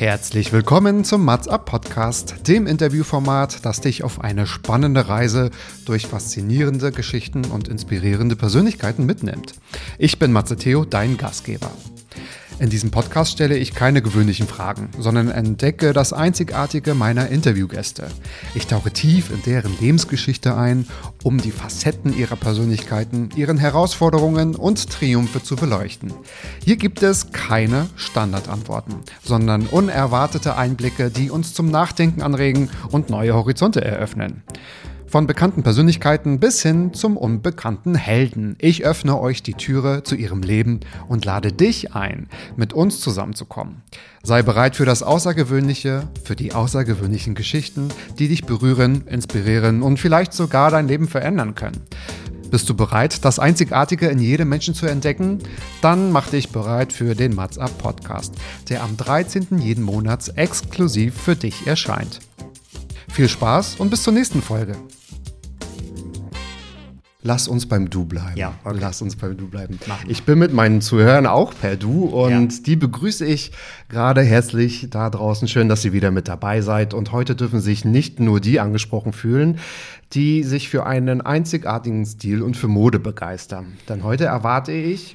Herzlich willkommen zum Mats Up Podcast, dem Interviewformat, das dich auf eine spannende Reise durch faszinierende Geschichten und inspirierende Persönlichkeiten mitnimmt. Ich bin Matze Theo, dein Gastgeber. In diesem Podcast stelle ich keine gewöhnlichen Fragen, sondern entdecke das Einzigartige meiner Interviewgäste. Ich tauche tief in deren Lebensgeschichte ein, um die Facetten ihrer Persönlichkeiten, ihren Herausforderungen und Triumphe zu beleuchten. Hier gibt es keine Standardantworten, sondern unerwartete Einblicke, die uns zum Nachdenken anregen und neue Horizonte eröffnen. Von bekannten Persönlichkeiten bis hin zum unbekannten Helden. Ich öffne euch die Türe zu ihrem Leben und lade dich ein, mit uns zusammenzukommen. Sei bereit für das Außergewöhnliche, für die außergewöhnlichen Geschichten, die dich berühren, inspirieren und vielleicht sogar dein Leben verändern können. Bist du bereit, das Einzigartige in jedem Menschen zu entdecken? Dann mach dich bereit für den Mats Up Podcast, der am 13. jeden Monats exklusiv für dich erscheint. Viel Spaß und bis zur nächsten Folge. Lass uns beim Du bleiben. Ja, okay. Lass uns beim Du bleiben. Ich bin mit meinen Zuhörern auch per Du und die begrüße ich gerade herzlich da draußen. Schön, dass ihr wieder mit dabei seid. Und heute dürfen sich nicht nur die angesprochen fühlen, die sich für einen einzigartigen Stil und für Mode begeistern. Denn heute erwartet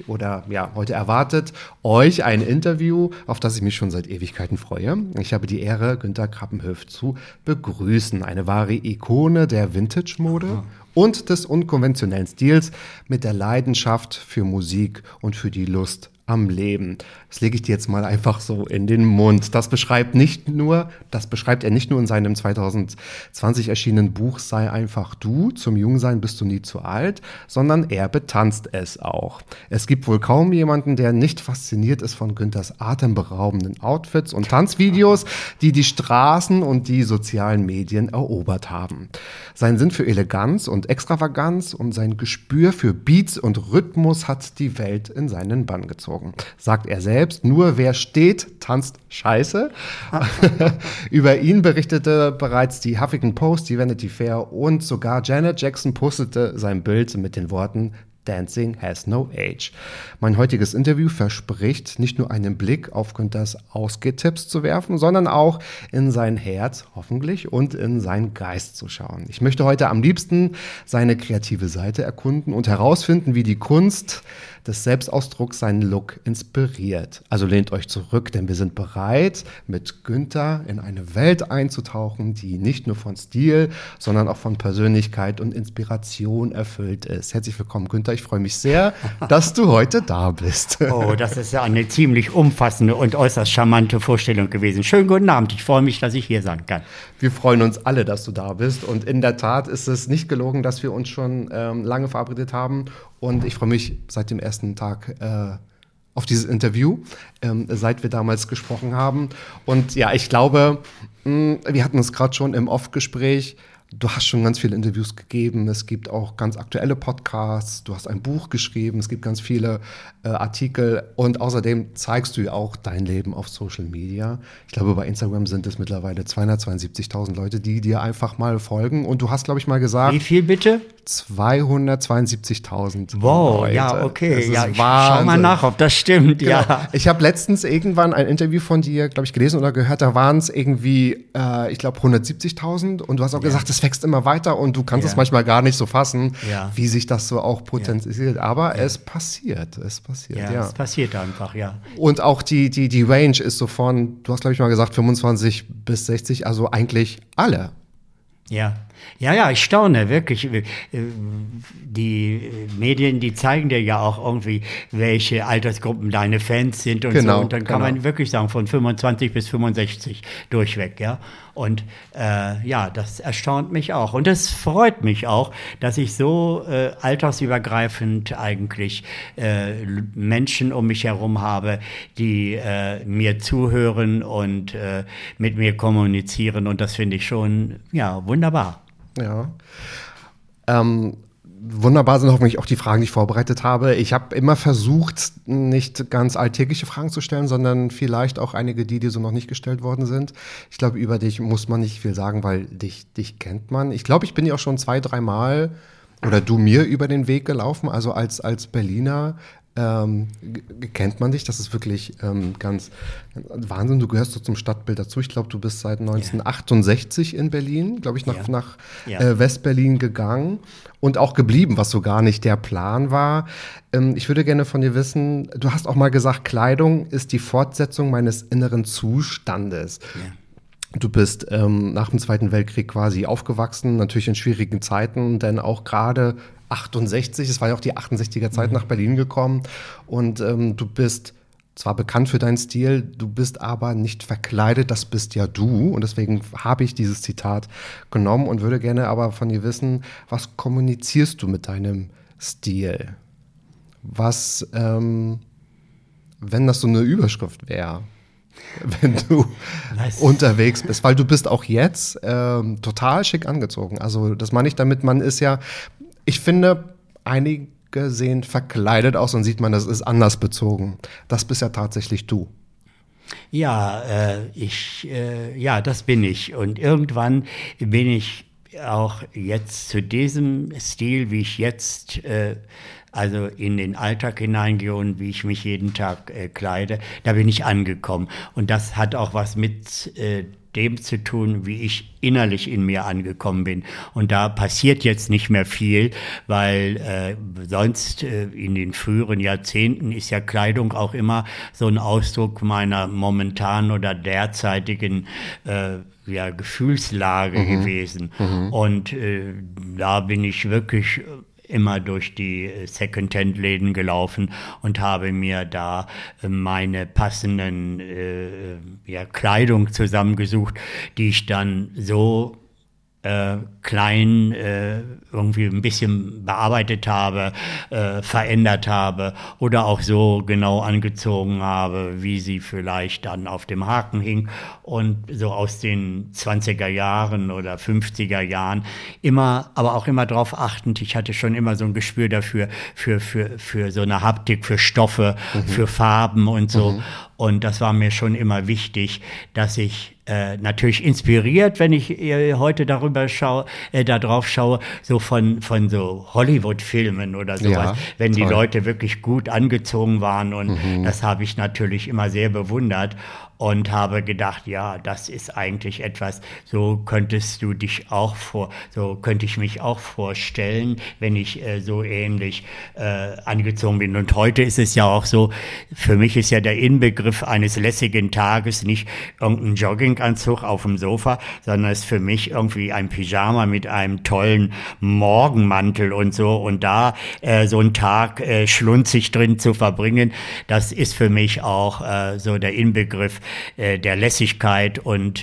euch ein Interview, auf das ich mich schon seit Ewigkeiten freue. Ich habe die Ehre, Günter Krappenhöft zu begrüßen. Eine wahre Ikone der Vintage-Mode und des unkonventionellen Stils mit der Leidenschaft für Musik und für die Lust am Leben. Das lege ich dir jetzt mal einfach so in den Mund. Das beschreibt er nicht nur in seinem 2020 erschienenen Buch Sei einfach du, zum Jungsein bist du nie zu alt, sondern er betanzt es auch. Es gibt wohl kaum jemanden, der nicht fasziniert ist von Günthers atemberaubenden Outfits und Tanzvideos, die die Straßen und die sozialen Medien erobert haben. Sein Sinn für Eleganz und Extravaganz und sein Gespür für Beats und Rhythmus hat die Welt in seinen Bann gezogen. Sagt er selbst, nur wer steht, tanzt Scheiße. Über ihn berichtete bereits die Huffington Post, die Vanity Fair und sogar Janet Jackson postete sein Bild mit den Worten Dancing has no age. Mein heutiges Interview verspricht, nicht nur einen Blick auf Günthers Ausgehtipps zu werfen, sondern auch in sein Herz, hoffentlich, und in seinen Geist zu schauen. Ich möchte heute am liebsten seine kreative Seite erkunden und herausfinden, wie die Kunst des Selbstausdrucks seinen Look inspiriert. Also lehnt euch zurück, denn wir sind bereit, mit Günter in eine Welt einzutauchen, die nicht nur von Stil, sondern auch von Persönlichkeit und Inspiration erfüllt ist. Herzlich willkommen, Günter. Ich freue mich sehr, dass du heute da bist. Oh, das ist ja eine ziemlich umfassende und äußerst charmante Vorstellung gewesen. Schönen guten Abend. Ich freue mich, dass ich hier sein kann. Wir freuen uns alle, dass du da bist. Und in der Tat ist es nicht gelogen, dass wir uns schon lange verabredet haben. Und ich freue mich seit dem ersten Tag auf dieses Interview, seit wir damals gesprochen haben. Und ja, ich glaube, wir hatten es gerade schon im Off-Gespräch. Du hast schon ganz viele Interviews gegeben, es gibt auch ganz aktuelle Podcasts, du hast ein Buch geschrieben, es gibt ganz viele Artikel und außerdem zeigst du ja auch dein Leben auf Social Media. Ich glaube, bei Instagram sind es mittlerweile 272.000 Leute, die dir einfach mal folgen und du hast, glaube ich, mal gesagt... Wie viel bitte? 272.000 Wow, Leute. Ja, okay. Ja, ich schau mal nach, ob das stimmt. Genau. Ja. Ich habe letztens irgendwann ein Interview von dir, glaube ich, gelesen oder gehört, da waren es irgendwie, ich glaube, 170.000 und du hast auch gesagt, es wächst immer weiter und du kannst es manchmal gar nicht so fassen, wie sich das so auch potenziert. Aber es passiert. Es passiert einfach, ja. Und auch die Range ist so von, du hast, glaube ich, mal gesagt, 25 bis 60, also eigentlich alle. Ja, ich staune wirklich. Die Medien, die zeigen dir ja auch irgendwie, welche Altersgruppen deine Fans sind und so. Und dann kann man wirklich sagen, von 25 bis 65 durchweg, ja. Und das erstaunt mich auch. Und es freut mich auch, dass ich so altersübergreifend eigentlich Menschen um mich herum habe, die mir zuhören und mit mir kommunizieren. Und das finde ich schon, wunderbar. Ja. Wunderbar sind hoffentlich auch die Fragen, die ich vorbereitet habe. Ich habe immer versucht, nicht ganz alltägliche Fragen zu stellen, sondern vielleicht auch einige, die dir so noch nicht gestellt worden sind. Ich glaube, über dich muss man nicht viel sagen, weil dich kennt man. Ich glaube, ich bin ja auch schon 2-3 Mal oder du mir über den Weg gelaufen. Also als Berliner kennt man dich. Das ist wirklich ganz Wahnsinn. Du gehörst so zum Stadtbild dazu. Ich glaube, du bist seit 1968 in Berlin, glaube ich, nach West-Berlin gegangen und auch geblieben, was so gar nicht der Plan war. Ich würde gerne von dir wissen, du hast auch mal gesagt, Kleidung ist die Fortsetzung meines inneren Zustandes. Ja. Du bist nach dem Zweiten Weltkrieg quasi aufgewachsen, natürlich in schwierigen Zeiten, denn auch gerade 68, es war ja auch die 68er Zeit nach Berlin gekommen und du bist zwar bekannt für deinen Stil, du bist aber nicht verkleidet, das bist ja du und deswegen habe ich dieses Zitat genommen und würde gerne aber von dir wissen, was kommunizierst du mit deinem Stil? Was, wenn das so eine Überschrift wäre? Wenn du unterwegs bist, weil du bist auch jetzt total schick angezogen. Also das meine ich damit, man ist ja, ich finde, einige sehen verkleidet aus und sieht man, das ist anders bezogen. Das bist ja tatsächlich du. Ja, das bin ich. Und irgendwann bin ich auch jetzt zu diesem Stil, wie ich jetzt also in den Alltag hineingehe und wie ich mich jeden Tag kleide, da bin ich angekommen. Und das hat auch was mit dem zu tun, wie ich innerlich in mir angekommen bin. Und da passiert jetzt nicht mehr viel, weil sonst in den früheren Jahrzehnten ist ja Kleidung auch immer so ein Ausdruck meiner momentanen oder derzeitigen Gefühlslage gewesen. Und da bin ich wirklich immer durch die Secondhand-Läden gelaufen und habe mir da meine passenden Kleidung zusammengesucht, die ich dann so klein irgendwie ein bisschen bearbeitet habe, verändert habe oder auch so genau angezogen habe, wie sie vielleicht dann auf dem Haken hing und so aus den 20er Jahren oder 50er Jahren aber auch immer darauf achtend, ich hatte schon immer so ein Gespür dafür, für so eine Haptik, für Stoffe, für Farben und so. Und das war mir schon immer wichtig, dass ich natürlich inspiriert, wenn ich heute darauf schaue, so von so Hollywood-Filmen oder sowas, wenn die Leute wirklich gut angezogen waren und das habe ich natürlich immer sehr bewundert und habe gedacht, ja, das ist eigentlich etwas, so könnte ich mich auch vorstellen, wenn ich so ähnlich angezogen bin. Und heute ist es ja auch so, für mich ist ja der Inbegriff eines lässigen Tages nicht irgendein Jogginganzug auf dem Sofa, sondern es ist für mich irgendwie ein Pyjama mit einem tollen Morgenmantel und so. Und da so einen Tag schlunzig drin zu verbringen, das ist für mich auch so der Inbegriff der Lässigkeit und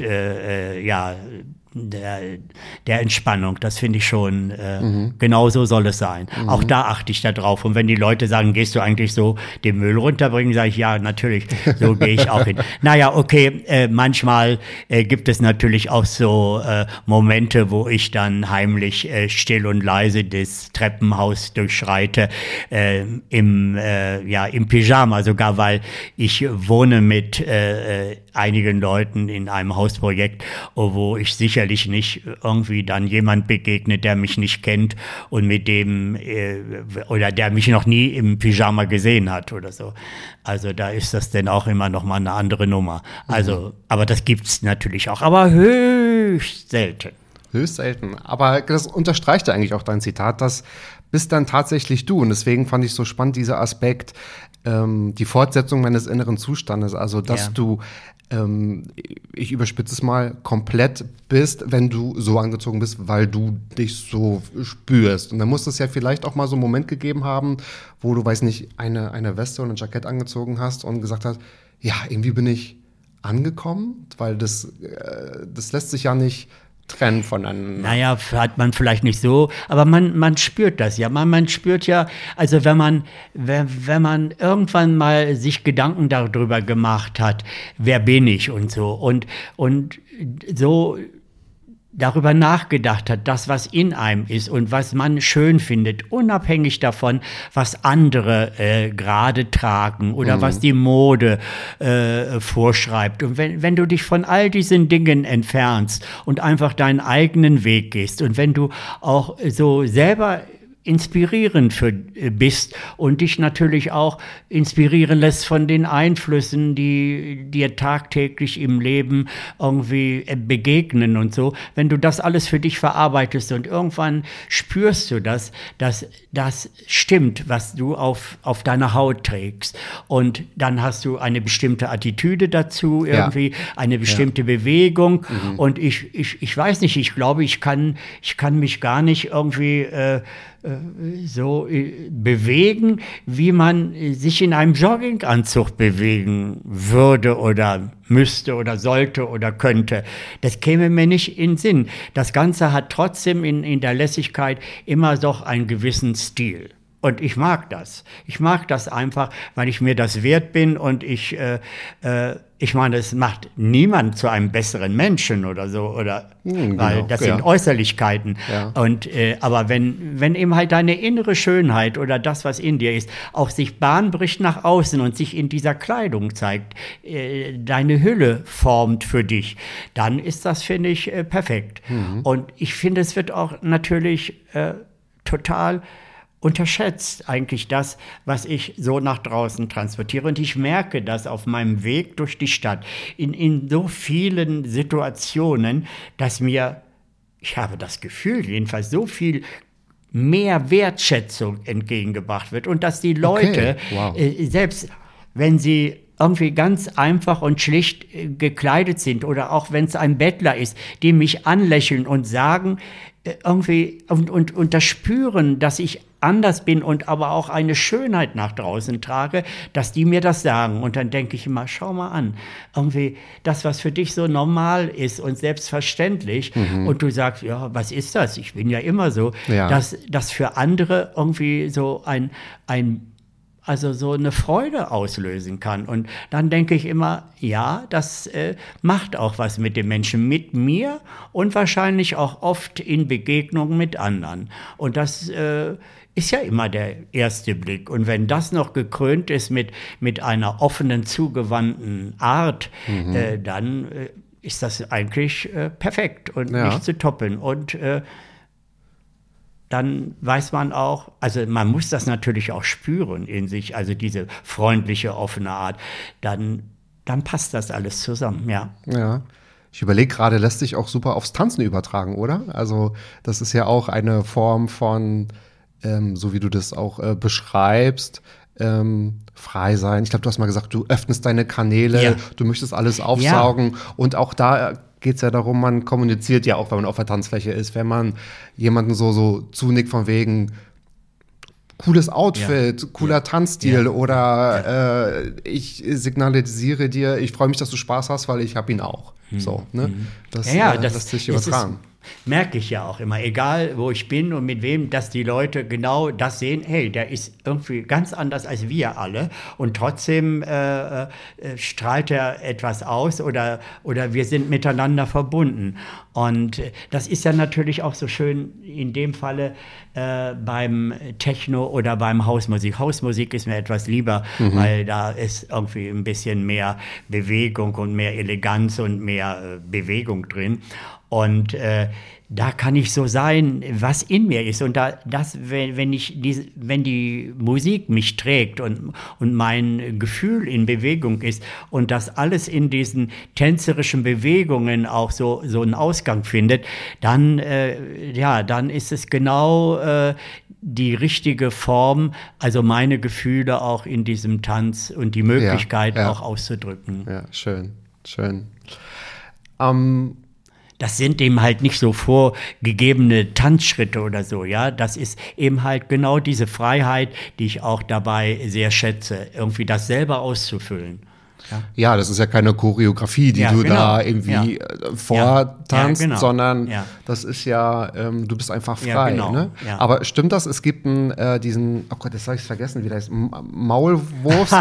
der Entspannung. Das finde ich schon, genau so soll es sein. Auch da achte ich da drauf. Und wenn die Leute sagen, gehst du eigentlich so den Müll runterbringen, sage ich, ja, natürlich, so gehe ich auch hin. Naja, okay, manchmal gibt es natürlich auch so Momente, wo ich dann heimlich still und leise das Treppenhaus durchschreite, im Pyjama sogar, weil ich wohne mit einigen Leuten in einem Hausprojekt, wo ich sicherlich nicht irgendwie dann jemand begegnet, der mich nicht kennt und mit dem oder der mich noch nie im Pyjama gesehen hat oder so. Also da ist das dann auch immer noch mal eine andere Nummer. Also, aber das gibt's natürlich auch, aber höchst selten. Höchst selten. Aber das unterstreicht ja eigentlich auch dein Zitat, das bist dann tatsächlich du. Und deswegen fand ich so spannend, dieser Aspekt, die Fortsetzung meines inneren Zustandes. Also, dass du, ich überspitze es mal, komplett bist, wenn du so angezogen bist, weil du dich so spürst. Und dann muss es ja vielleicht auch mal so einen Moment gegeben haben, wo du, weiß nicht, eine Weste und ein Jackett angezogen hast und gesagt hast, ja, irgendwie bin ich angekommen, weil das lässt sich ja nicht trennen voneinander. Naja, hat man vielleicht nicht so, aber man spürt das ja. Man spürt ja, also wenn man irgendwann mal sich Gedanken darüber gemacht hat, wer bin ich und so und so darüber nachgedacht hat, das, was in einem ist und was man schön findet, unabhängig davon, was andere gerade tragen oder was die Mode vorschreibt. Und wenn du dich von all diesen Dingen entfernst und einfach deinen eigenen Weg gehst und wenn du auch so selber inspirierend bist und dich natürlich auch inspirieren lässt von den Einflüssen, die dir tagtäglich im Leben irgendwie begegnen und so. Wenn du das alles für dich verarbeitest und irgendwann spürst du dass das stimmt, was du auf deiner Haut trägst. Und dann hast du eine bestimmte Attitüde dazu, irgendwie eine bestimmte Bewegung. Und ich weiß nicht, ich glaube, ich kann mich gar nicht irgendwie so bewegen, wie man sich in einem Jogginganzug bewegen würde oder müsste oder sollte oder könnte. Das käme mir nicht in den Sinn. Das Ganze hat trotzdem in der Lässigkeit immer doch einen gewissen Stil. Und ich mag das. Ich mag das einfach, weil ich mir das wert bin und ich meine, es macht niemand zu einem besseren Menschen oder so, oder weil das sind Äußerlichkeiten. Ja. Und aber wenn eben halt deine innere Schönheit oder das, was in dir ist, auch sich Bahn bricht nach außen und sich in dieser Kleidung zeigt, deine Hülle formt für dich, dann ist das, finde ich, perfekt. Und ich finde, es wird auch natürlich total unterschätzt eigentlich das, was ich so nach draußen transportiere. Und ich merke das auf meinem Weg durch die Stadt in so vielen Situationen, dass ich habe das Gefühl, jedenfalls so viel mehr Wertschätzung entgegengebracht wird und dass die Leute, selbst wenn sie irgendwie ganz einfach und schlicht gekleidet sind oder auch wenn es ein Bettler ist, die mich anlächeln und sagen, irgendwie und das spüren, dass ich anders bin und aber auch eine Schönheit nach draußen trage, dass die mir das sagen. Und dann denke ich immer, schau mal an, irgendwie das, was für dich so normal ist und selbstverständlich und du sagst, ja, was ist das? Ich bin ja immer so, dass das für andere irgendwie so also so eine Freude auslösen kann. Und dann denke ich immer, ja, das macht auch was mit dem Menschen, mit mir und wahrscheinlich auch oft in Begegnungen mit anderen. Und das ist ja immer der erste Blick. Und wenn das noch gekrönt ist mit einer offenen, zugewandten Art, dann ist das eigentlich perfekt und nicht zu toppen. Und dann weiß man auch, also man muss das natürlich auch spüren in sich, also diese freundliche, offene Art, dann passt das alles zusammen, ja. Ich überlege gerade, lässt sich auch super aufs Tanzen übertragen, oder? Also das ist ja auch eine Form von, so wie du das auch beschreibst, frei sein. Ich glaube, du hast mal gesagt, du öffnest deine Kanäle, du möchtest alles aufsaugen und auch da geht es ja darum, man kommuniziert ja auch, wenn man auf der Tanzfläche ist, wenn man jemanden so zunickt von wegen cooles Outfit, cooler Tanzstil oder ich signalisiere dir, ich freue mich, dass du Spaß hast, weil ich habe ihn auch. So, ne? Das lässt sich übertragen. Merke ich ja auch immer, egal wo ich bin und mit wem, dass die Leute genau das sehen, hey, der ist irgendwie ganz anders als wir alle und trotzdem strahlt er etwas aus oder wir sind miteinander verbunden. Und das ist ja natürlich auch so schön in dem Falle beim Techno oder beim Hausmusik. Hausmusik ist mir etwas lieber, weil da ist irgendwie ein bisschen mehr Bewegung und mehr Eleganz und mehr Bewegung drin. Und da kann ich so sein, was in mir ist. Und wenn die Musik mich trägt und mein Gefühl in Bewegung ist und das alles in diesen tänzerischen Bewegungen auch so einen Ausgang findet, dann ist es genau die richtige Form, also meine Gefühle auch in diesem Tanz und die Möglichkeit auch auszudrücken. Ja, schön. Das sind eben halt nicht so vorgegebene Tanzschritte oder so, ja. Das ist eben halt genau diese Freiheit, die ich auch dabei sehr schätze, irgendwie das selber auszufüllen. Ja, das ist ja keine Choreografie, die du da irgendwie vortanzt, sondern das ist ja, du bist einfach frei. Ne? Ja. Aber stimmt das? Es gibt diesen, oh Gott, das habe ich vergessen, wie das heißt, Maulwurfs,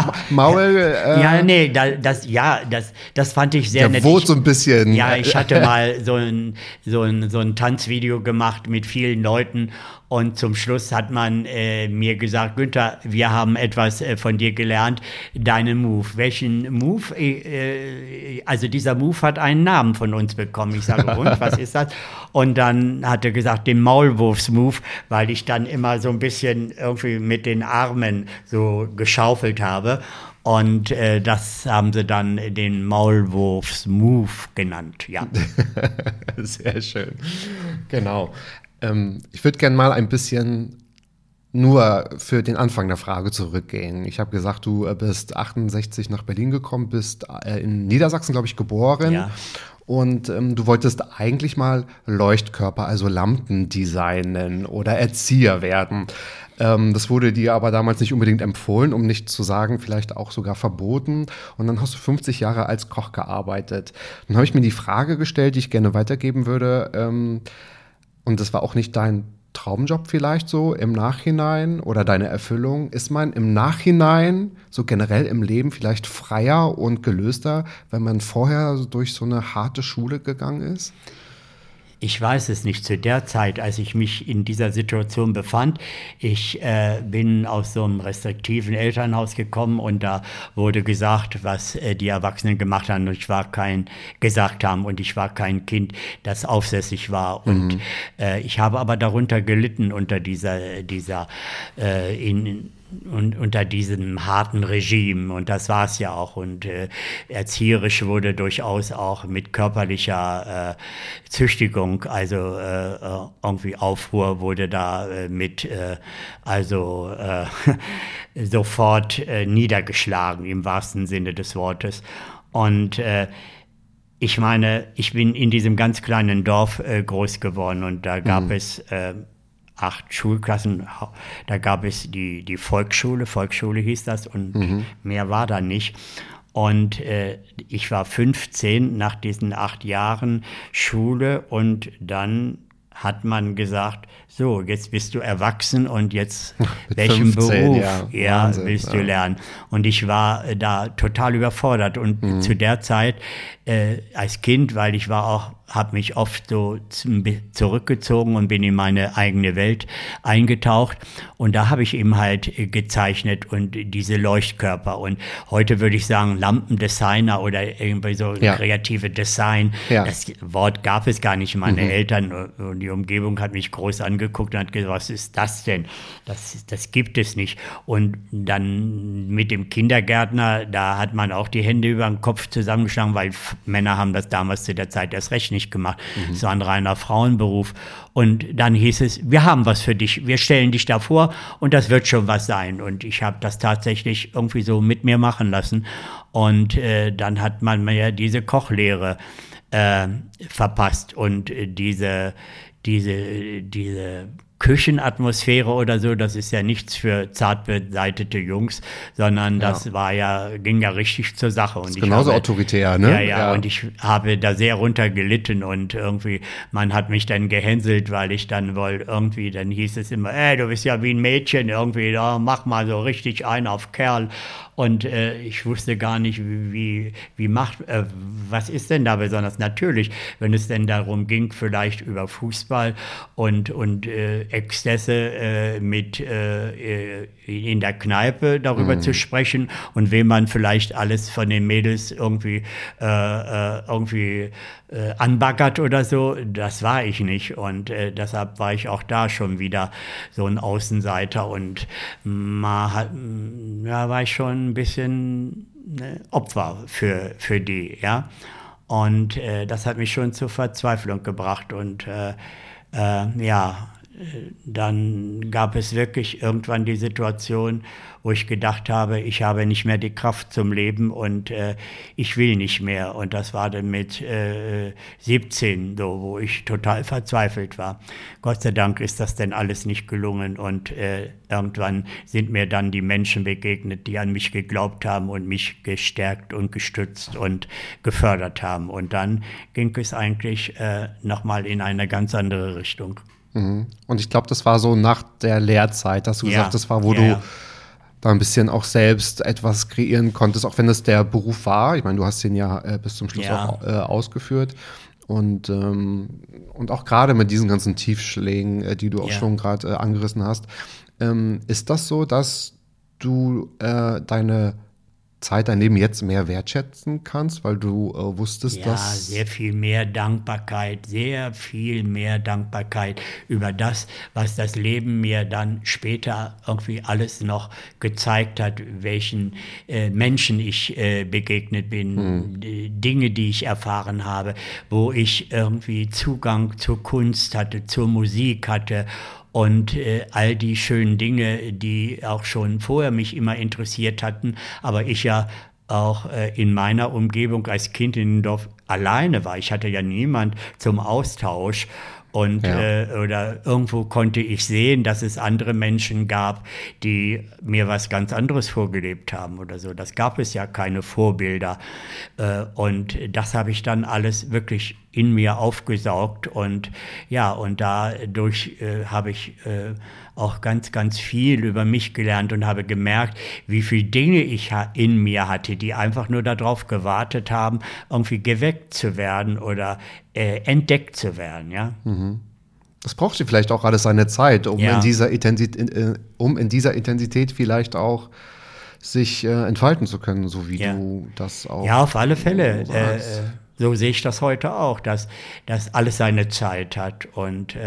das fand ich sehr nett. Der wurde so ein bisschen. Ja, ich hatte mal so ein Tanzvideo gemacht mit vielen Leuten Und zum Schluss hat man mir gesagt, Günther, wir haben etwas von dir gelernt, deinen Move. Welchen Move? Also dieser Move hat einen Namen von uns bekommen. Ich sage, und, was ist das? Und dann hat er gesagt, den Maulwurfs-Move, weil ich dann immer so ein bisschen irgendwie mit den Armen so geschaufelt habe. Und das haben sie dann den Maulwurfs-Move genannt, ja. Sehr schön. Genau. Ich würde gerne mal ein bisschen nur für den Anfang der Frage zurückgehen. Ich habe gesagt, du bist 68 nach Berlin gekommen, bist in Niedersachsen, glaube ich, geboren. Ja. Und du wolltest eigentlich mal Leuchtkörper, also Lampen designen oder Erzieher werden. Das wurde dir aber damals nicht unbedingt empfohlen, um nicht zu sagen, vielleicht auch sogar verboten. Und dann hast du 50 Jahre als Koch gearbeitet. Dann habe ich mir die Frage gestellt, die ich gerne weitergeben würde. Und das war auch nicht dein Traumjob vielleicht so im Nachhinein oder deine Erfüllung? Ist man im Nachhinein, so generell im Leben, vielleicht freier und gelöster, wenn man vorher durch so eine harte Schule gegangen ist? Ich weiß es nicht. Zu der Zeit, als ich mich in dieser Situation befand, ich bin aus so einem restriktiven Elternhaus gekommen und da wurde gesagt, was die Erwachsenen gemacht haben und ich war kein Kind, das aufsässig war. Und ich habe aber darunter gelitten unter unter diesem harten Regime und das war es ja auch und erzieherisch wurde durchaus auch mit körperlicher Züchtigung, also irgendwie Aufruhr wurde da sofort niedergeschlagen im wahrsten Sinne des Wortes und ich meine, ich bin in diesem ganz kleinen Dorf groß geworden und da gab es 8 Schulklassen, da gab es die Volksschule hieß das und mehr war da nicht. Und ich war 15 nach diesen 8 Jahren Schule und dann hat man gesagt, so, jetzt bist du erwachsen und jetzt welchen 15, Beruf Wahnsinn, willst du lernen? Und ich war da total überfordert und zu der Zeit als Kind, weil ich habe mich oft so zurückgezogen und bin in meine eigene Welt eingetaucht und da habe ich eben halt gezeichnet und diese Leuchtkörper und heute würde ich sagen Lampendesigner oder irgendwie so kreative Design. Das Wort gab es gar nicht. Meine Eltern und die Umgebung hat mich groß angeguckt und hat gesagt, was ist das denn? Das gibt es nicht. Und dann mit dem Kindergärtner, da hat man auch die Hände über den Kopf zusammengeschlagen, weil Männer haben das damals zu der Zeit erst recht nicht gemacht. Es war ein reiner Frauenberuf. Und dann hieß es, wir haben was für dich, wir stellen dich da vor und das wird schon was sein. Und ich habe das tatsächlich irgendwie so mit mir machen lassen. Und dann hat man mir diese Kochlehre verpasst und diese Küchenatmosphäre oder so, das ist ja nichts für zart beseitete Jungs, sondern das ging ja richtig zur Sache. Und das ist genauso autoritär, ne? Ja, und ich habe da sehr runter gelitten und irgendwie, man hat mich dann gehänselt, weil ich dann dann hieß es immer, du bist ja wie ein Mädchen irgendwie, mach mal so richtig einen auf Kerl. Und ich wusste gar nicht, was ist denn da besonders? Natürlich, wenn es denn darum ging, vielleicht über Fußball und Exzesse in der Kneipe darüber zu sprechen und wem man vielleicht alles von den Mädels irgendwie anbaggert oder so, das war ich nicht. Und deshalb war ich auch da schon wieder so ein Außenseiter und war ich schon ein bisschen Opfer für die, ja. Und das hat mich schon zur Verzweiflung gebracht und dann gab es wirklich irgendwann die Situation, wo ich gedacht habe, ich habe nicht mehr die Kraft zum Leben und ich will nicht mehr. Und das war dann mit 17, so, wo ich total verzweifelt war. Gott sei Dank ist das denn alles nicht gelungen und irgendwann sind mir dann die Menschen begegnet, die an mich geglaubt haben und mich gestärkt und gestützt und gefördert haben. Und dann ging es eigentlich nochmal in eine ganz andere Richtung. Und ich glaube, das war so nach der Lehrzeit, hast du gesagt, das war, wo du da ein bisschen auch selbst etwas kreieren konntest, auch wenn es der Beruf war. Ich meine, du hast den ja bis zum Schluss auch ausgeführt. Und auch gerade mit diesen ganzen Tiefschlägen, die du auch schon gerade angerissen hast, ist das so, dass du dein Leben jetzt mehr wertschätzen kannst, weil du wusstest, dass... Ja, sehr viel mehr Dankbarkeit über das, was das Leben mir dann später irgendwie alles noch gezeigt hat, welchen Menschen ich begegnet bin, Dinge, die ich erfahren habe, wo ich irgendwie Zugang zur Kunst hatte, zur Musik hatte. Und all die schönen Dinge, die auch schon vorher mich immer interessiert hatten, aber ich ja auch in meiner Umgebung als Kind in dem Dorf alleine war. Ich hatte ja niemand zum Austausch. Und oder irgendwo konnte ich sehen, dass es andere Menschen gab, die mir was ganz anderes vorgelebt haben oder so. Das gab es ja keine Vorbilder. Und das habe ich dann alles wirklich in mir aufgesaugt. Und ja, und dadurch habe ich auch ganz, ganz viel über mich gelernt und habe gemerkt, wie viele Dinge ich in mir hatte, die einfach nur darauf gewartet haben, irgendwie geweckt zu werden oder entdeckt zu werden, ja. Das brauchte vielleicht auch alles seine Zeit, um in dieser Intensität vielleicht auch sich entfalten zu können, so wie du das auch. Ja, auf alle Fälle. So sehe ich das heute auch, dass alles seine Zeit hat und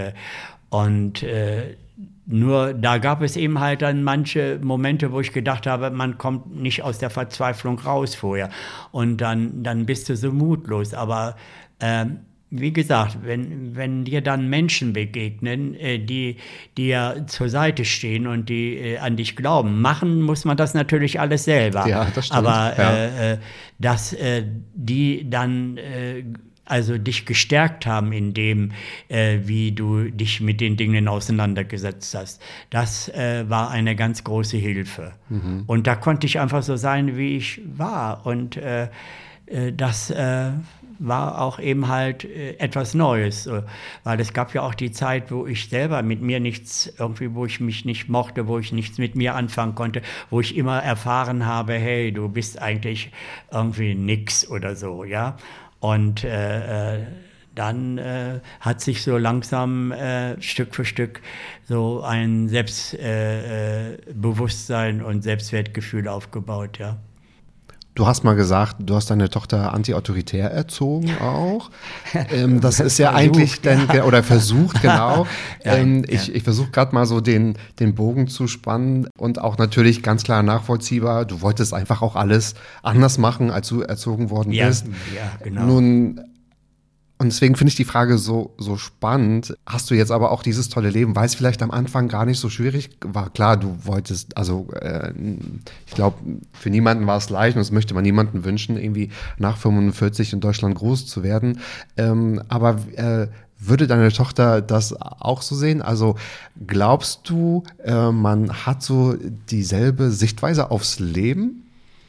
nur da gab es eben halt dann manche Momente, wo ich gedacht habe, man kommt nicht aus der Verzweiflung raus vorher. Und dann bist du so mutlos. Aber wie gesagt, wenn dir dann Menschen begegnen, die dir zur Seite stehen und die an dich glauben, machen muss man das natürlich alles selber. Ja, das stimmt. Aber dass die dann also dich gestärkt haben in dem, wie du dich mit den Dingen auseinandergesetzt hast. Das war eine ganz große Hilfe. Und da konnte ich einfach so sein, wie ich war. Und das war auch eben halt etwas Neues, weil es gab ja auch die Zeit, wo ich selber mit mir nichts, irgendwie, wo ich mich nicht mochte, wo ich nichts mit mir anfangen konnte, wo ich immer erfahren habe, hey, du bist eigentlich irgendwie nix oder so, ja. Und dann hat sich so langsam Stück für Stück so ein Selbstbewusstsein und Selbstwertgefühl aufgebaut, ja. Du hast mal gesagt, du hast deine Tochter anti-autoritär erzogen auch. Das ist ja eigentlich oder versucht, genau. Ich versuche gerade mal so den Bogen zu spannen und auch natürlich ganz klar nachvollziehbar. Du wolltest einfach auch alles anders machen, als du erzogen worden bist. Ja, genau. Nun, und deswegen finde ich die Frage so spannend. Hast du jetzt aber auch dieses tolle Leben, weil es vielleicht am Anfang gar nicht so schwierig war? Klar, du wolltest, also ich glaube, für niemanden war es leicht und das möchte man niemandem wünschen, irgendwie nach 45 in Deutschland groß zu werden. Aber würde deine Tochter das auch so sehen? Also glaubst du, man hat so dieselbe Sichtweise aufs Leben?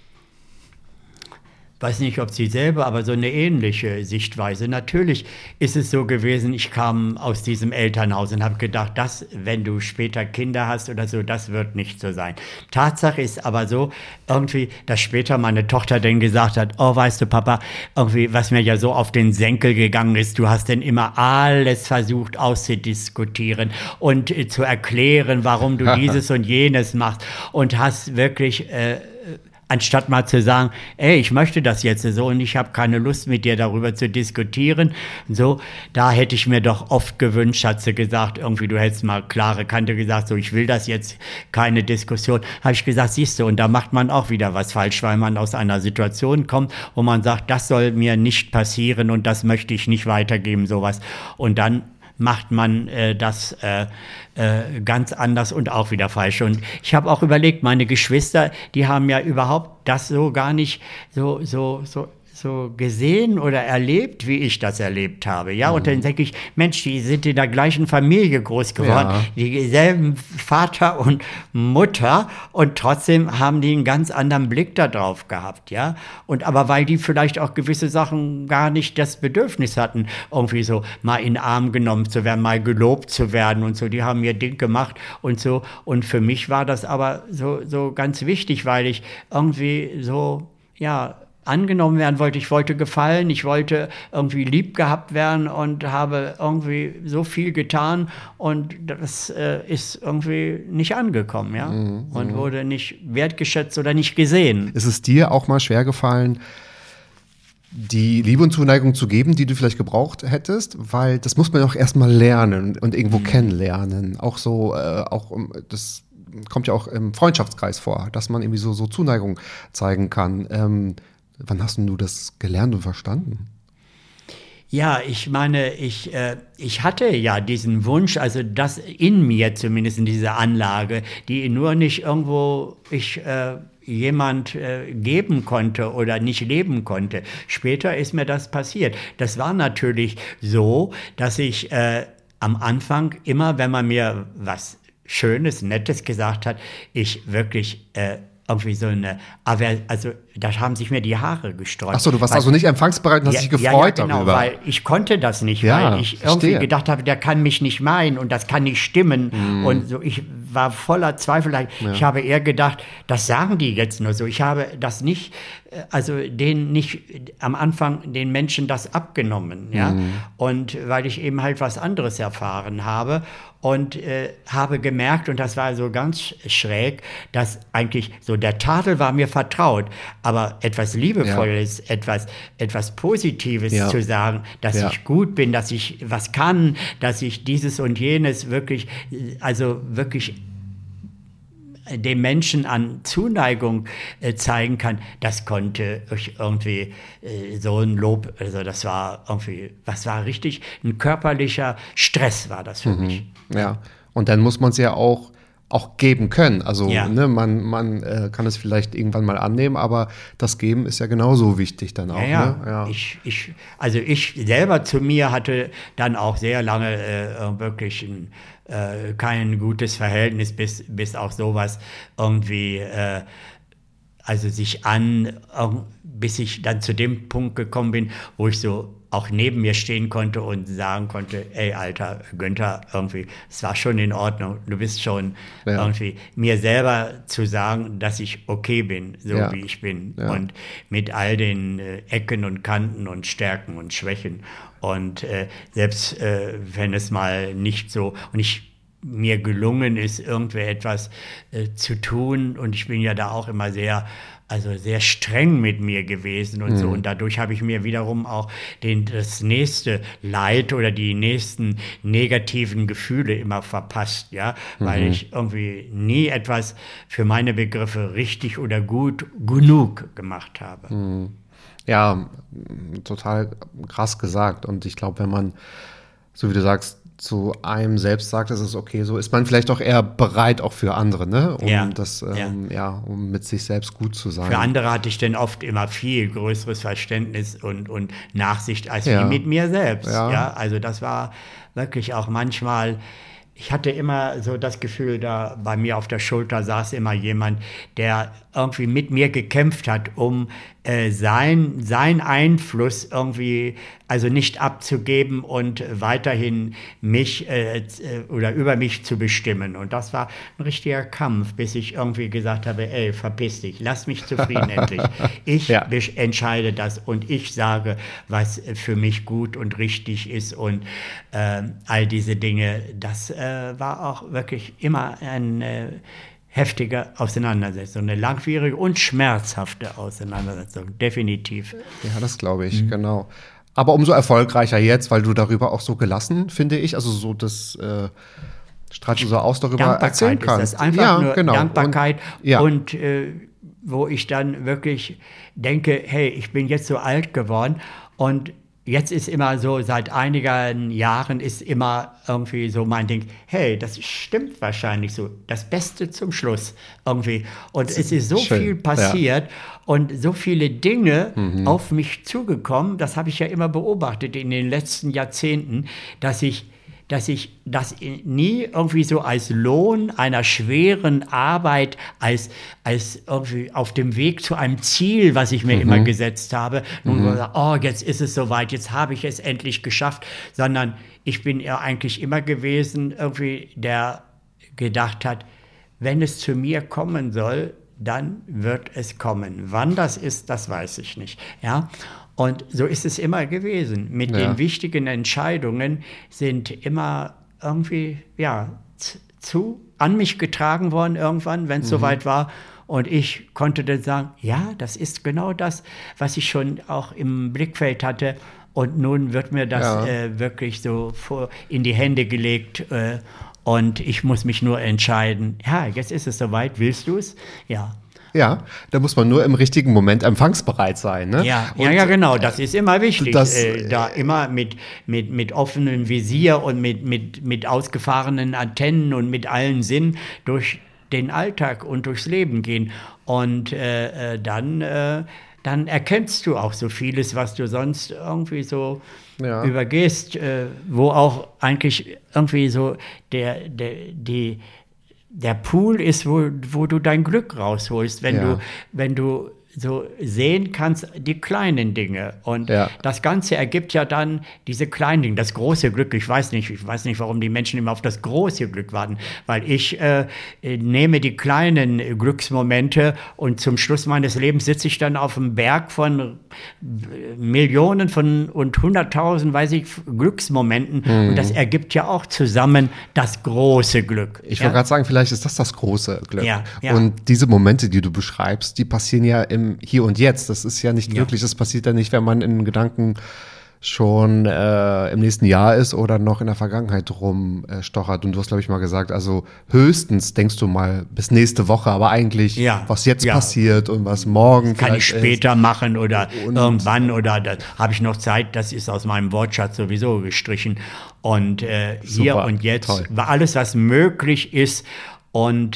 Weiß nicht, ob sie selber, aber so eine ähnliche Sichtweise. Natürlich ist es so gewesen, ich kam aus diesem Elternhaus und habe gedacht, wenn du später Kinder hast oder so, das wird nicht so sein. Tatsache ist aber so, irgendwie, dass später meine Tochter dann gesagt hat, oh, weißt du, Papa, irgendwie, was mir ja so auf den Senkel gegangen ist, du hast denn immer alles versucht auszudiskutieren und zu erklären, warum du dieses und jenes machst und hast wirklich anstatt mal zu sagen, ey, ich möchte das jetzt so und ich habe keine Lust mit dir darüber zu diskutieren. So, da hätte ich mir doch oft gewünscht, hat sie gesagt, irgendwie, du hättest mal klare Kante gesagt, so, ich will das jetzt, keine Diskussion. Habe ich gesagt, siehst du, und da macht man auch wieder was falsch, weil man aus einer Situation kommt, wo man sagt, das soll mir nicht passieren und das möchte ich nicht weitergeben, sowas. Und dann macht man das ganz anders und auch wieder falsch. Und ich habe auch überlegt, meine Geschwister, die haben ja überhaupt das so gar nicht so gesehen oder erlebt, wie ich das erlebt habe. Ja, und dann denke ich, Mensch, die sind in der gleichen Familie groß geworden, dieselben Vater und Mutter und trotzdem haben die einen ganz anderen Blick darauf gehabt, ja. Und aber weil die vielleicht auch gewisse Sachen gar nicht das Bedürfnis hatten, irgendwie so mal in den Arm genommen zu werden, mal gelobt zu werden und so, die haben ihr Ding gemacht und so. Und für mich war das aber so ganz wichtig, weil ich irgendwie so, ja, angenommen werden wollte, ich wollte gefallen, ich wollte irgendwie lieb gehabt werden und habe irgendwie so viel getan und das ist irgendwie nicht angekommen, ja, und wurde nicht wertgeschätzt oder nicht gesehen. Ist es dir auch mal schwer gefallen, die Liebe und Zuneigung zu geben, die du vielleicht gebraucht hättest? Weil das muss man auch erstmal lernen und irgendwo kennenlernen. Auch so, das kommt ja auch im Freundschaftskreis vor, dass man irgendwie so Zuneigung zeigen kann. Wann hast du das gelernt und verstanden? Ja, ich meine, ich hatte ja diesen Wunsch, also das in mir zumindest, in dieser Anlage, die nur nicht irgendwo jemand geben konnte oder nicht leben konnte. Später ist mir das passiert. Das war natürlich so, dass ich am Anfang immer, wenn man mir was Schönes, Nettes gesagt hat, ich wirklich irgendwie so eine, also da haben sich mir die Haare gesträubt. Achso, du warst also nicht empfangsbereit und hast dich gefreut genau, darüber. Weil ich konnte das nicht, weil ich irgendwie gedacht habe, der kann mich nicht meinen und das kann nicht stimmen. Und so, ich war voller Zweifel. Ich habe eher gedacht, das sagen die jetzt nur so. Ich habe das nicht, also denen nicht am Anfang den Menschen das abgenommen, ja. Und weil ich eben halt was anderes erfahren habe und habe gemerkt, und das war so ganz schräg, dass eigentlich so der Tadel war mir vertraut, aber etwas Liebevolles, etwas Positives zu sagen, dass ich gut bin, dass ich was kann, dass ich dieses und jenes wirklich, also wirklich dem Menschen an Zuneigung zeigen kann, das konnte ich irgendwie so ein Lob, also das war irgendwie, was war richtig, ein körperlicher Stress war das für mich. Ja, und dann muss man es ja auch geben können. Also ne, man kann es vielleicht irgendwann mal annehmen, aber das Geben ist ja genauso wichtig dann auch. Ja. Ne? Ja. Ich selber zu mir hatte dann auch sehr lange wirklich kein gutes Verhältnis, bis auch sowas irgendwie, bis ich dann zu dem Punkt gekommen bin, wo ich so auch neben mir stehen konnte und sagen konnte, ey, Alter, Günther, irgendwie, es war schon in Ordnung, du bist schon irgendwie, mir selber zu sagen, dass ich okay bin, so wie ich bin und mit all den Ecken und Kanten und Stärken und Schwächen und selbst wenn es mal nicht so, und mir gelungen ist, irgendwie etwas zu tun und ich bin ja da auch immer sehr streng mit mir gewesen und so. Und dadurch habe ich mir wiederum auch das nächste Leid oder die nächsten negativen Gefühle immer verpasst, ja, weil ich irgendwie nie etwas für meine Begriffe richtig oder gut genug gemacht habe. Ja, total krass gesagt. Und ich glaube, wenn man, so wie du sagst, zu einem selbst sagt, dass es okay so ist, man vielleicht auch eher bereit auch für andere, ne? Um mit sich selbst gut zu sein. Für andere hatte ich dann oft immer viel größeres Verständnis und Nachsicht als wie mit mir selbst. Ja. Also das war wirklich auch manchmal, ich hatte immer so das Gefühl, da bei mir auf der Schulter saß immer jemand, der irgendwie mit mir gekämpft hat, um sein Einfluss irgendwie, also nicht abzugeben und weiterhin mich oder über mich zu bestimmen. Und das war ein richtiger Kampf, bis ich irgendwie gesagt habe, ey, verpiss dich, lass mich zufrieden endlich. Ich entscheide das und ich sage, was für mich gut und richtig ist und all diese Dinge. Das war auch wirklich immer eine heftige Auseinandersetzung, eine langwierige und schmerzhafte Auseinandersetzung, definitiv. Ja, das glaube ich, genau. Aber umso erfolgreicher jetzt, weil du darüber auch so gelassen, finde ich, also so das streitst du so aus darüber erzählen kannst. Ist das einfach nur Dankbarkeit und wo ich dann wirklich denke, hey, ich bin jetzt so alt geworden und jetzt ist immer so, seit einigen Jahren ist immer irgendwie so mein Ding, hey, das stimmt wahrscheinlich so, das Beste zum Schluss irgendwie. Und es ist so viel passiert und so viele Dinge auf mich zugekommen, das habe ich ja immer beobachtet in den letzten Jahrzehnten, dass ich das nie irgendwie so als Lohn einer schweren Arbeit, als irgendwie auf dem Weg zu einem Ziel, was ich mir immer gesetzt habe, nun gesagt, oh, jetzt ist es soweit, jetzt habe ich es endlich geschafft, sondern ich bin ja eigentlich immer gewesen, irgendwie, der gedacht hat, wenn es zu mir kommen soll, dann wird es kommen. Wann das ist, das weiß ich nicht. Ja? Und so ist es immer gewesen. Mit den wichtigen Entscheidungen sind immer irgendwie an mich getragen worden irgendwann, wenn es soweit war. Und ich konnte dann sagen, ja, das ist genau das, was ich schon auch im Blickfeld hatte. Und nun wird mir das wirklich so in die Hände gelegt. Und ich muss mich nur entscheiden, ja, jetzt ist es soweit, willst du es? Ja. Ja, da muss man nur im richtigen Moment empfangsbereit sein. Ne? Ja, genau, das ist immer wichtig. Da immer mit offenem Visier und mit ausgefahrenen Antennen und mit allen Sinnen durch den Alltag und durchs Leben gehen. Und dann erkennst du auch so vieles, was du sonst irgendwie so übergehst, wo auch eigentlich irgendwie so der Pool ist, wo du dein Glück rausholst, wenn du so sehen kannst, die kleinen Dinge. Und das Ganze ergibt ja dann diese kleinen Dinge, das große Glück. Ich weiß nicht, warum die Menschen immer auf das große Glück warten, weil ich nehme die kleinen Glücksmomente und zum Schluss meines Lebens sitze ich dann auf einem Berg von Millionen und 100.000, Glücksmomenten. Und das ergibt ja auch zusammen das große Glück. Ich wollte gerade sagen, vielleicht ist das große Glück. Und diese Momente, die du beschreibst, die passieren ja im Hier und Jetzt. Das ist ja nicht wirklich, das passiert ja nicht, wenn man in Gedanken schon im nächsten Jahr ist oder noch in der Vergangenheit rumstochert. Und du hast, glaube ich, mal gesagt, also höchstens denkst du mal bis nächste Woche, aber eigentlich, was jetzt passiert und was morgen kann ich später machen oder irgendwann oder da habe ich noch Zeit, das ist aus meinem Wortschatz sowieso gestrichen. Und hier und jetzt, alles, was möglich ist, und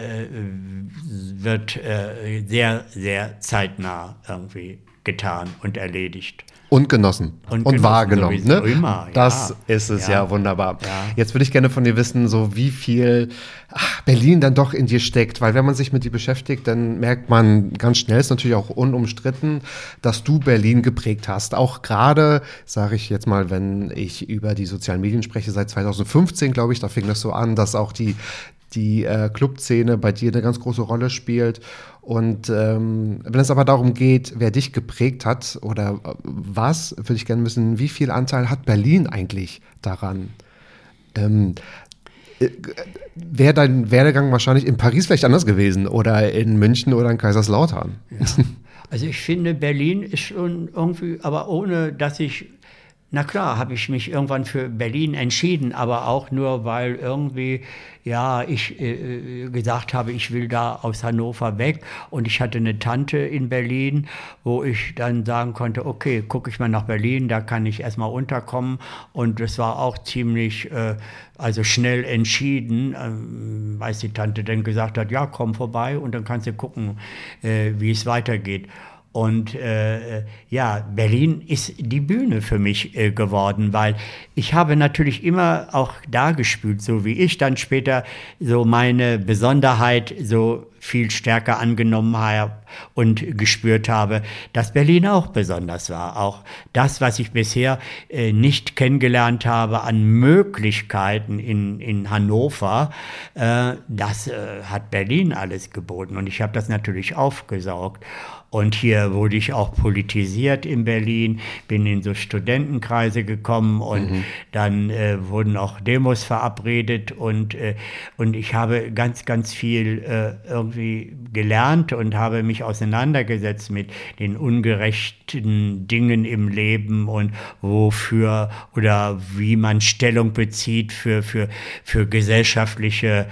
wird sehr, sehr zeitnah irgendwie getan und erledigt. Und genossen und wahrgenommen. Ne? Immer, das ist es ja wunderbar. Ja. Jetzt würde ich gerne von dir wissen, so wie viel Berlin dann doch in dir steckt. Weil wenn man sich mit dir beschäftigt, dann merkt man ganz schnell, ist natürlich auch unumstritten, dass du Berlin geprägt hast. Auch gerade, sage ich jetzt mal, wenn ich über die sozialen Medien spreche, seit 2015, glaube ich, da fing das so an, dass auch die Clubszene bei dir eine ganz große Rolle spielt. Und wenn es aber darum geht, wer dich geprägt hat oder was, würde ich gerne wissen, wie viel Anteil hat Berlin eigentlich daran? Wäre dein Werdegang wahrscheinlich in Paris vielleicht anders gewesen oder in München oder in Kaiserslautern? Ja. Also ich finde, Berlin ist schon irgendwie, aber ohne, dass ich... Na klar, habe ich mich irgendwann für Berlin entschieden, aber auch nur, weil irgendwie, ich gesagt habe, ich will da aus Hannover weg. Und ich hatte eine Tante in Berlin, wo ich dann sagen konnte, okay, gucke ich mal nach Berlin, da kann ich erstmal unterkommen. Und das war auch ziemlich, schnell entschieden, als die Tante dann gesagt hat, ja, komm vorbei und dann kannst du gucken, wie es weitergeht. Und Berlin ist die Bühne für mich geworden, weil ich habe natürlich immer auch da gespielt, so wie ich dann später so meine Besonderheit so viel stärker angenommen habe und gespürt habe, dass Berlin auch besonders war. Auch das, was ich bisher nicht kennengelernt habe an Möglichkeiten in Hannover, das hat Berlin alles geboten. Und ich habe das natürlich aufgesaugt. Und hier wurde ich auch politisiert in Berlin, bin in so Studentenkreise gekommen und dann wurden auch Demos verabredet und ich habe ganz, ganz viel irgendwie gelernt und habe mich auseinandergesetzt mit den ungerechten Dingen im Leben und wofür oder wie man Stellung bezieht für gesellschaftliche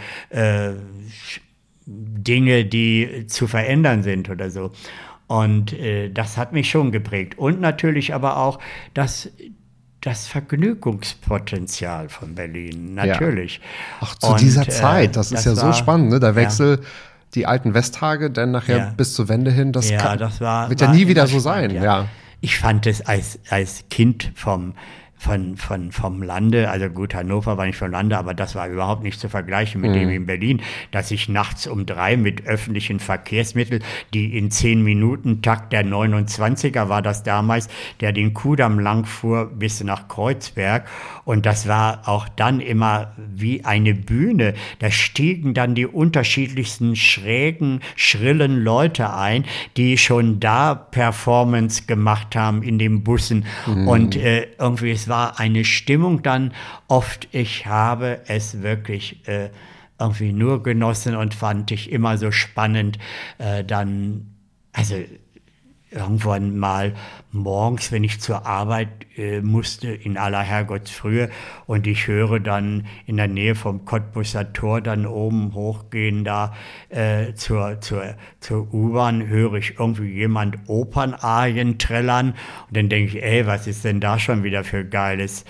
Dinge, die zu verändern sind oder so. Und das hat mich schon geprägt. Und natürlich aber auch das Vergnügungspotenzial von Berlin, natürlich. Ja. Auch zu dieser Zeit, das ist ja so spannend, ne? Der Wechsel, die alten Westtage, dann nachher bis zur Wende hin, das wird ja nie wieder so sein. Ja. Ich fand es als Kind vom Lande, also gut, Hannover war nicht vom Lande, aber das war überhaupt nicht zu vergleichen mit dem in Berlin, dass ich nachts um 3 mit öffentlichen Verkehrsmitteln, die in 10-Minuten-Takt, der 29er war das damals, der den Kudamm lang fuhr bis nach Kreuzberg, und das war auch dann immer wie eine Bühne. Da stiegen dann die unterschiedlichsten schrägen, schrillen Leute ein, die schon da Performance gemacht haben in den Bussen. Und irgendwie, es war eine Stimmung dann oft, ich habe es wirklich irgendwie nur genossen und fand ich immer so spannend, also irgendwann mal morgens, wenn ich zur Arbeit musste, in aller Herrgottsfrühe, und ich höre dann in der Nähe vom Cottbusser Tor dann oben hochgehen, da zur U-Bahn, höre ich irgendwie jemand Opernarien trällern, und dann denke ich, ey, was ist denn da schon wieder für geiles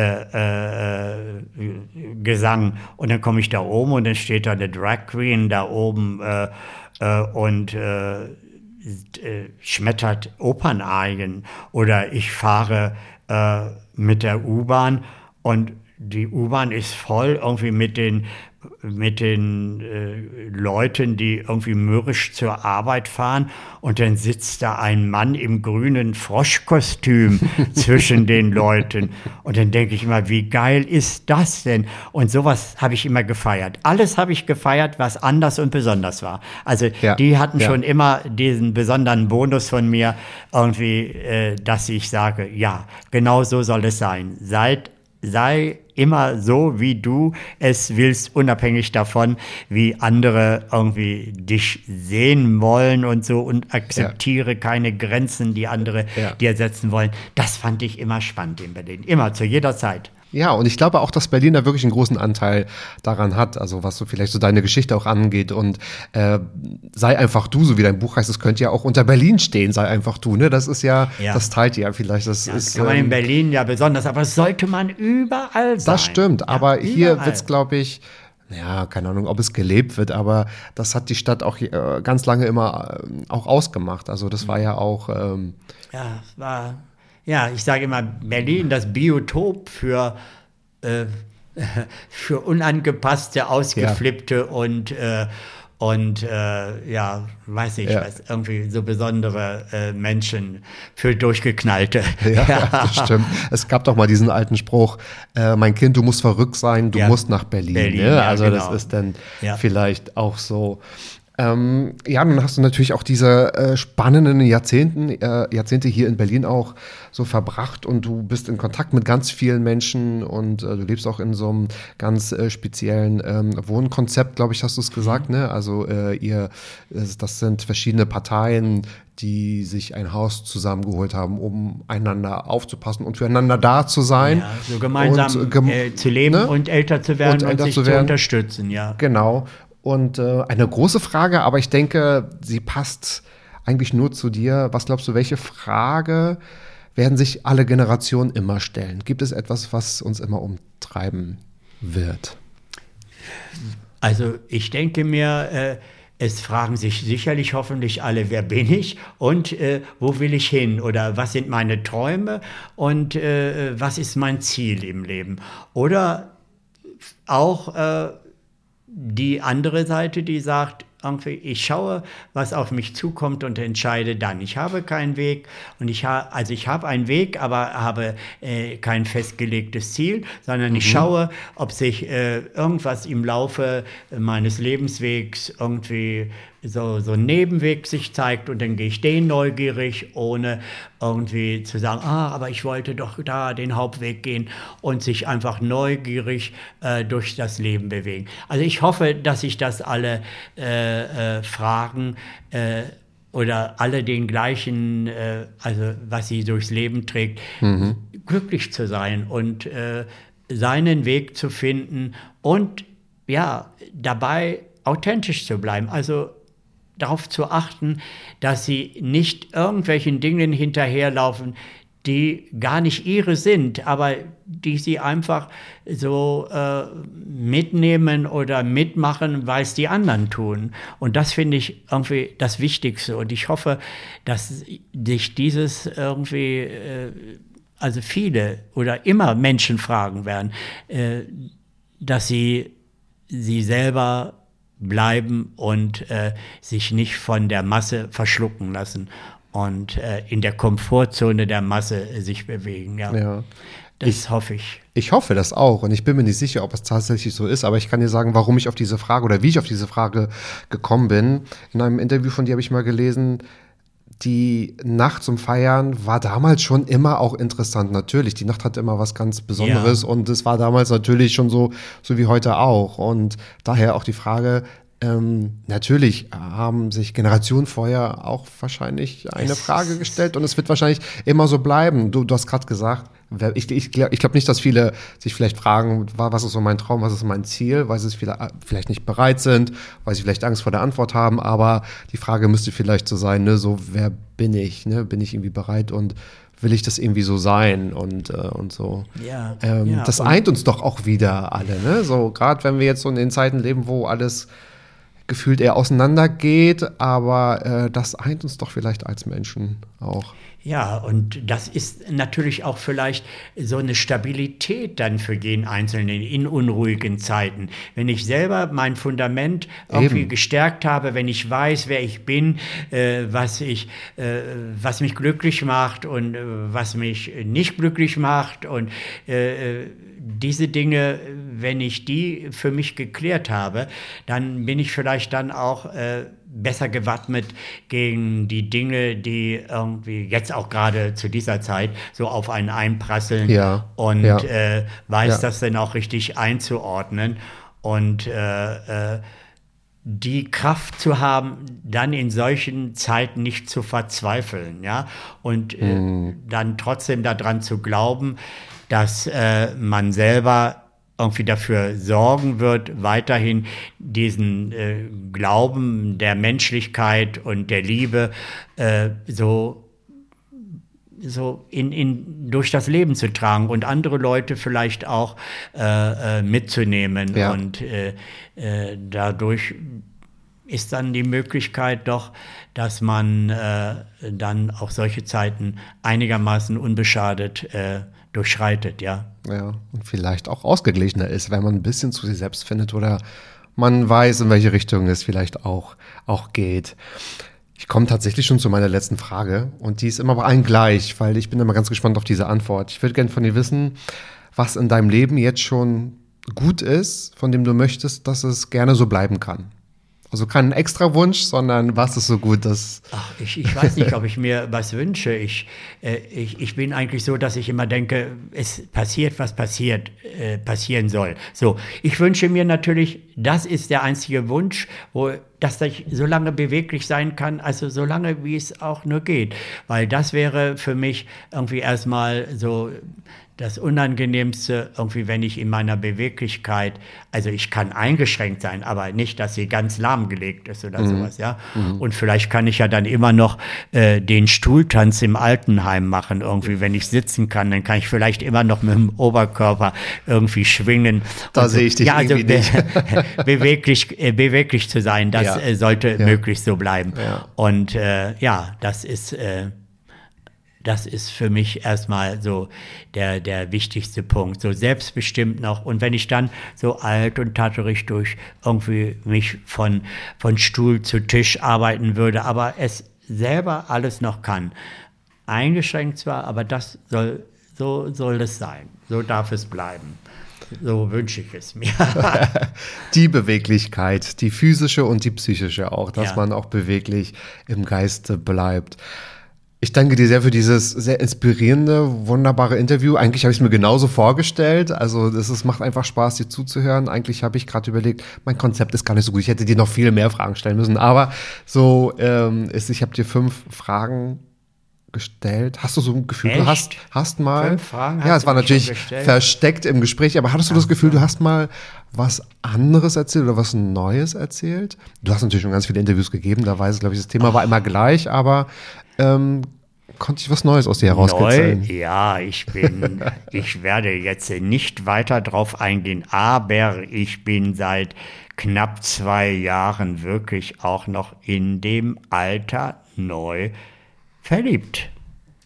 Gesang? Und dann komme ich da oben und dann steht da eine Drag Queen da oben und schmettert Opernarien, oder ich fahre mit der U-Bahn und die U-Bahn ist voll irgendwie mit den Leuten, die irgendwie mürrisch zur Arbeit fahren, und dann sitzt da ein Mann im grünen Froschkostüm zwischen den Leuten, und dann denke ich immer, wie geil ist das denn? Und sowas habe ich immer gefeiert. Alles habe ich gefeiert, was anders und besonders war. Also die hatten schon immer diesen besonderen Bonus von mir irgendwie, dass ich sage, ja, genau so soll es sein. Sei immer so, wie du es willst, unabhängig davon, wie andere irgendwie dich sehen wollen und so, und akzeptiere keine Grenzen, die andere dir setzen wollen. Das fand ich immer spannend in Berlin, immer, zu jeder Zeit. Ja, und ich glaube auch, dass Berlin da wirklich einen großen Anteil daran hat, also was so vielleicht so deine Geschichte auch angeht, und sei einfach du, so wie dein Buch heißt, es könnte ja auch unter Berlin stehen, sei einfach du, ne? Das ist das teilt ja vielleicht, das ist. Kann man in Berlin ja besonders, aber das sollte man überall sein. Das stimmt, aber hier wird's, glaube ich, ja, keine Ahnung, ob es gelebt wird, aber das hat die Stadt auch ganz lange immer auch ausgemacht. Also das war ja auch. Es war. Ja, ich sage immer, Berlin, das Biotop für unangepasste, ausgeflippte und weiß ich was, irgendwie so besondere Menschen, für Durchgeknallte. Ja, das stimmt. Es gab doch mal diesen alten Spruch, mein Kind, du musst verrückt sein, du musst nach Berlin. Ne? Also genau. Das ist dann vielleicht auch so. Nun hast du natürlich auch diese spannenden Jahrzehnte hier in Berlin auch so verbracht, und du bist in Kontakt mit ganz vielen Menschen, und du lebst auch in so einem ganz speziellen Wohnkonzept, glaube ich, hast du es gesagt, ne? Also das sind verschiedene Parteien, die sich ein Haus zusammengeholt haben, um einander aufzupassen und füreinander da zu sein. Ja, so gemeinsam zu leben, ne? Und älter zu werden und sich zu unterstützen, ja. Genau. Und eine große Frage, aber ich denke, sie passt eigentlich nur zu dir. Was glaubst du, welche Frage werden sich alle Generationen immer stellen? Gibt es etwas, was uns immer umtreiben wird? Also ich denke mir, es fragen sich sicherlich hoffentlich alle, wer bin ich und wo will ich hin, oder was sind meine Träume und was ist mein Ziel im Leben? Oder auch die andere Seite, die sagt, irgendwie, ich schaue, was auf mich zukommt und entscheide dann. Ich habe keinen Weg, und ich habe einen Weg, aber habe kein festgelegtes Ziel, sondern ich schaue, ob sich irgendwas im Laufe meines Lebenswegs irgendwie so ein Nebenweg sich zeigt, und dann gehe ich den neugierig, ohne irgendwie zu sagen, aber ich wollte doch da den Hauptweg gehen, und sich einfach neugierig durch das Leben bewegen. Also ich hoffe, dass sich das alle fragen oder alle den gleichen, also was sie durchs Leben trägt, glücklich zu sein und seinen Weg zu finden und dabei authentisch zu bleiben. Also darauf zu achten, dass sie nicht irgendwelchen Dingen hinterherlaufen, die gar nicht ihre sind, aber die sie einfach so mitnehmen oder mitmachen, weil es die anderen tun. Und das finde ich irgendwie das Wichtigste. Und ich hoffe, dass sich dieses irgendwie also viele oder immer Menschen fragen werden, dass sie selber bleiben und sich nicht von der Masse verschlucken lassen und in der Komfortzone der Masse sich bewegen. Ja. Das hoffe ich. Ich hoffe das auch und ich bin mir nicht sicher, ob es tatsächlich so ist, aber ich kann dir sagen, warum ich auf diese Frage oder wie ich auf diese Frage gekommen bin. In einem Interview von dir habe ich mal gelesen, die Nacht zum Feiern war damals schon immer auch interessant. Natürlich, die Nacht hatte immer was ganz Besonderes und es war damals natürlich schon so wie heute auch. Und daher auch die Frage, natürlich haben sich Generationen vorher auch wahrscheinlich eine Frage gestellt und es wird wahrscheinlich immer so bleiben. Du hast gerade gesagt, ich glaube nicht, dass viele sich vielleicht fragen, was ist so mein Traum, was ist mein Ziel, weil sie vielleicht nicht bereit sind, weil sie vielleicht Angst vor der Antwort haben, aber die Frage müsste vielleicht so sein, ne, so wer bin ich, ne, bin ich irgendwie bereit und will ich das irgendwie so sein und so. Das eint uns doch auch wieder alle, ne, so gerade wenn wir jetzt so in den Zeiten leben, wo alles gefühlt eher auseinandergeht, aber das eint uns doch vielleicht als Menschen auch. Ja, und das ist natürlich auch vielleicht so eine Stabilität dann für jeden Einzelnen in unruhigen Zeiten. Wenn ich selber mein Fundament irgendwie gestärkt habe, wenn ich weiß, wer ich bin, was mich glücklich macht und was mich nicht glücklich macht und diese Dinge, wenn ich die für mich geklärt habe, dann bin ich vielleicht dann auch besser gewappnet gegen die Dinge, die irgendwie jetzt auch gerade zu dieser Zeit so auf einen einprasseln weiß das dann auch richtig einzuordnen und die Kraft zu haben, dann in solchen Zeiten nicht zu verzweifeln, ja, und dann trotzdem daran zu glauben, dass man selber irgendwie dafür sorgen wird, weiterhin diesen Glauben der Menschlichkeit und der Liebe durch das Leben zu tragen und andere Leute vielleicht auch mitzunehmen. Ja. Und dadurch ist dann die Möglichkeit doch, dass man dann auch solche Zeiten einigermaßen unbeschadet durchschreitet, ja. Ja, und vielleicht auch ausgeglichener ist, wenn man ein bisschen zu sich selbst findet oder man weiß, in welche Richtung es vielleicht auch geht. Ich komme tatsächlich schon zu meiner letzten Frage und die ist immer bei allen gleich, weil ich bin immer ganz gespannt auf diese Antwort. Ich würde gerne von dir wissen, was in deinem Leben jetzt schon gut ist, von dem du möchtest, dass es gerne so bleiben kann. Also kein Extrawunsch, sondern was ist so gut, dass... Ach, ich weiß nicht, ob ich mir was wünsche. Ich bin eigentlich so, dass ich immer denke, es passiert, was passieren soll. So, ich wünsche mir natürlich, das ist der einzige Wunsch, dass ich so lange beweglich sein kann, also so lange, wie es auch nur geht. Weil das wäre für mich irgendwie erstmal so das Unangenehmste, irgendwie, wenn ich in meiner Beweglichkeit, also ich kann eingeschränkt sein, aber nicht, dass sie ganz lahmgelegt ist oder sowas, ja. Und vielleicht kann ich ja dann immer noch den Stuhltanz im Altenheim machen, irgendwie, wenn ich sitzen kann, dann kann ich vielleicht immer noch mit dem Oberkörper irgendwie schwingen. Da sehe ich dich irgendwie nicht. beweglich zu sein, das sollte möglichst so bleiben. Ja. Und das ist für mich erstmal so der wichtigste Punkt, so selbstbestimmt noch. Und wenn ich dann so alt und tatterig durch irgendwie mich von Stuhl zu Tisch arbeiten würde, aber es selber alles noch kann, eingeschränkt zwar, aber so soll es sein, so darf es bleiben. So wünsche ich es mir. Die Beweglichkeit, die physische und die psychische auch, dass man auch beweglich im Geiste bleibt. Ich danke dir sehr für dieses sehr inspirierende, wunderbare Interview. Eigentlich habe ich es mir genauso vorgestellt. Also es macht einfach Spaß, dir zuzuhören. Eigentlich habe ich gerade überlegt, mein Konzept ist gar nicht so gut. Ich hätte dir noch viel mehr Fragen stellen müssen. Aber so ich habe dir 5 Fragen gestellt. Hast du so ein Gefühl, du hast mal... 5 Fragen? Ja, es war natürlich versteckt im Gespräch. Aber hattest du das Gefühl, du hast mal was anderes erzählt oder was Neues erzählt? Du hast natürlich schon ganz viele Interviews gegeben. Da weiß ich, glaube ich, das Thema war immer gleich. Aber... konnte ich was Neues aus dir herauskitzeln? Ja, ich werde jetzt nicht weiter drauf eingehen, aber ich bin seit knapp 2 Jahren wirklich auch noch in dem Alter neu verliebt.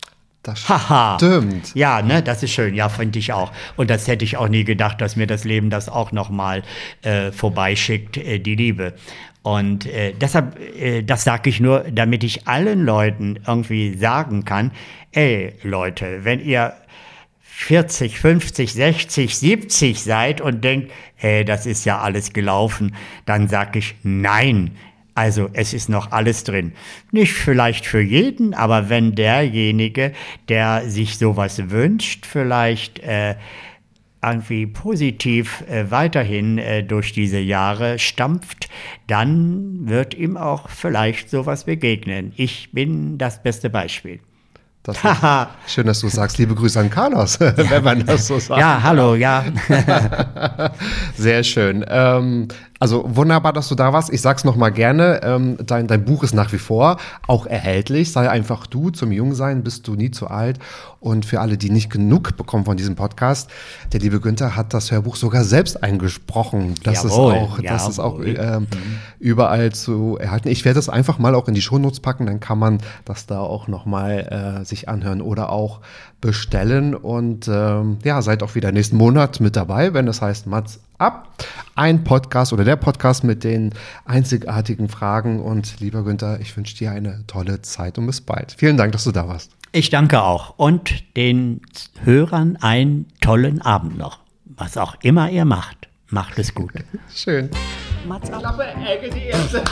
Das stimmt. Ja, ne, das ist schön. Ja, finde ich auch. Und das hätte ich auch nie gedacht, dass mir das Leben das auch nochmal vorbeischickt, die Liebe. Und deshalb, das sage ich nur, damit ich allen Leuten irgendwie sagen kann, ey Leute, wenn ihr 40, 50, 60, 70 seid und denkt, hey, das ist ja alles gelaufen, dann sage ich nein. Also es ist noch alles drin. Nicht vielleicht für jeden, aber wenn derjenige, der sich sowas wünscht, vielleicht irgendwie positiv weiterhin durch diese Jahre stampft, dann wird ihm auch vielleicht sowas begegnen. Ich bin das beste Beispiel. Das ist schön, dass du sagst. Liebe Grüße an Carlos, wenn man das so sagt. Ja, hallo, ja. Sehr schön. Also wunderbar, dass du da warst. Ich sag's noch mal gerne. Dein Buch ist nach wie vor auch erhältlich. Sei einfach du. Zum Jungsein bist du nie zu alt. Und für alle, die nicht genug bekommen von diesem Podcast, der liebe Günther hat das Hörbuch sogar selbst eingesprochen. Das ist auch überall zu erhalten. Ich werde es einfach mal auch in die Shownotes packen. Dann kann man das da auch noch mal sich anhören oder auch bestellen. Und seid auch wieder nächsten Monat mit dabei, wenn das heißt Mats ab. Ein Podcast oder der Podcast mit den einzigartigen Fragen. Und lieber Günther, ich wünsche dir eine tolle Zeit und bis bald. Vielen Dank, dass du da warst. Ich danke auch und den Hörern einen tollen Abend noch. Was auch immer ihr macht, macht es gut. Schön. Mats ab. Klappe, Ecke, die erste.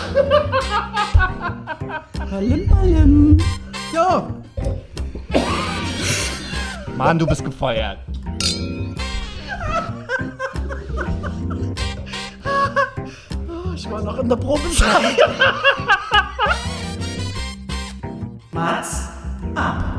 Hallim. Ja. Mann, du bist gefeuert. Ich war noch in der Probezeit. Mats ab.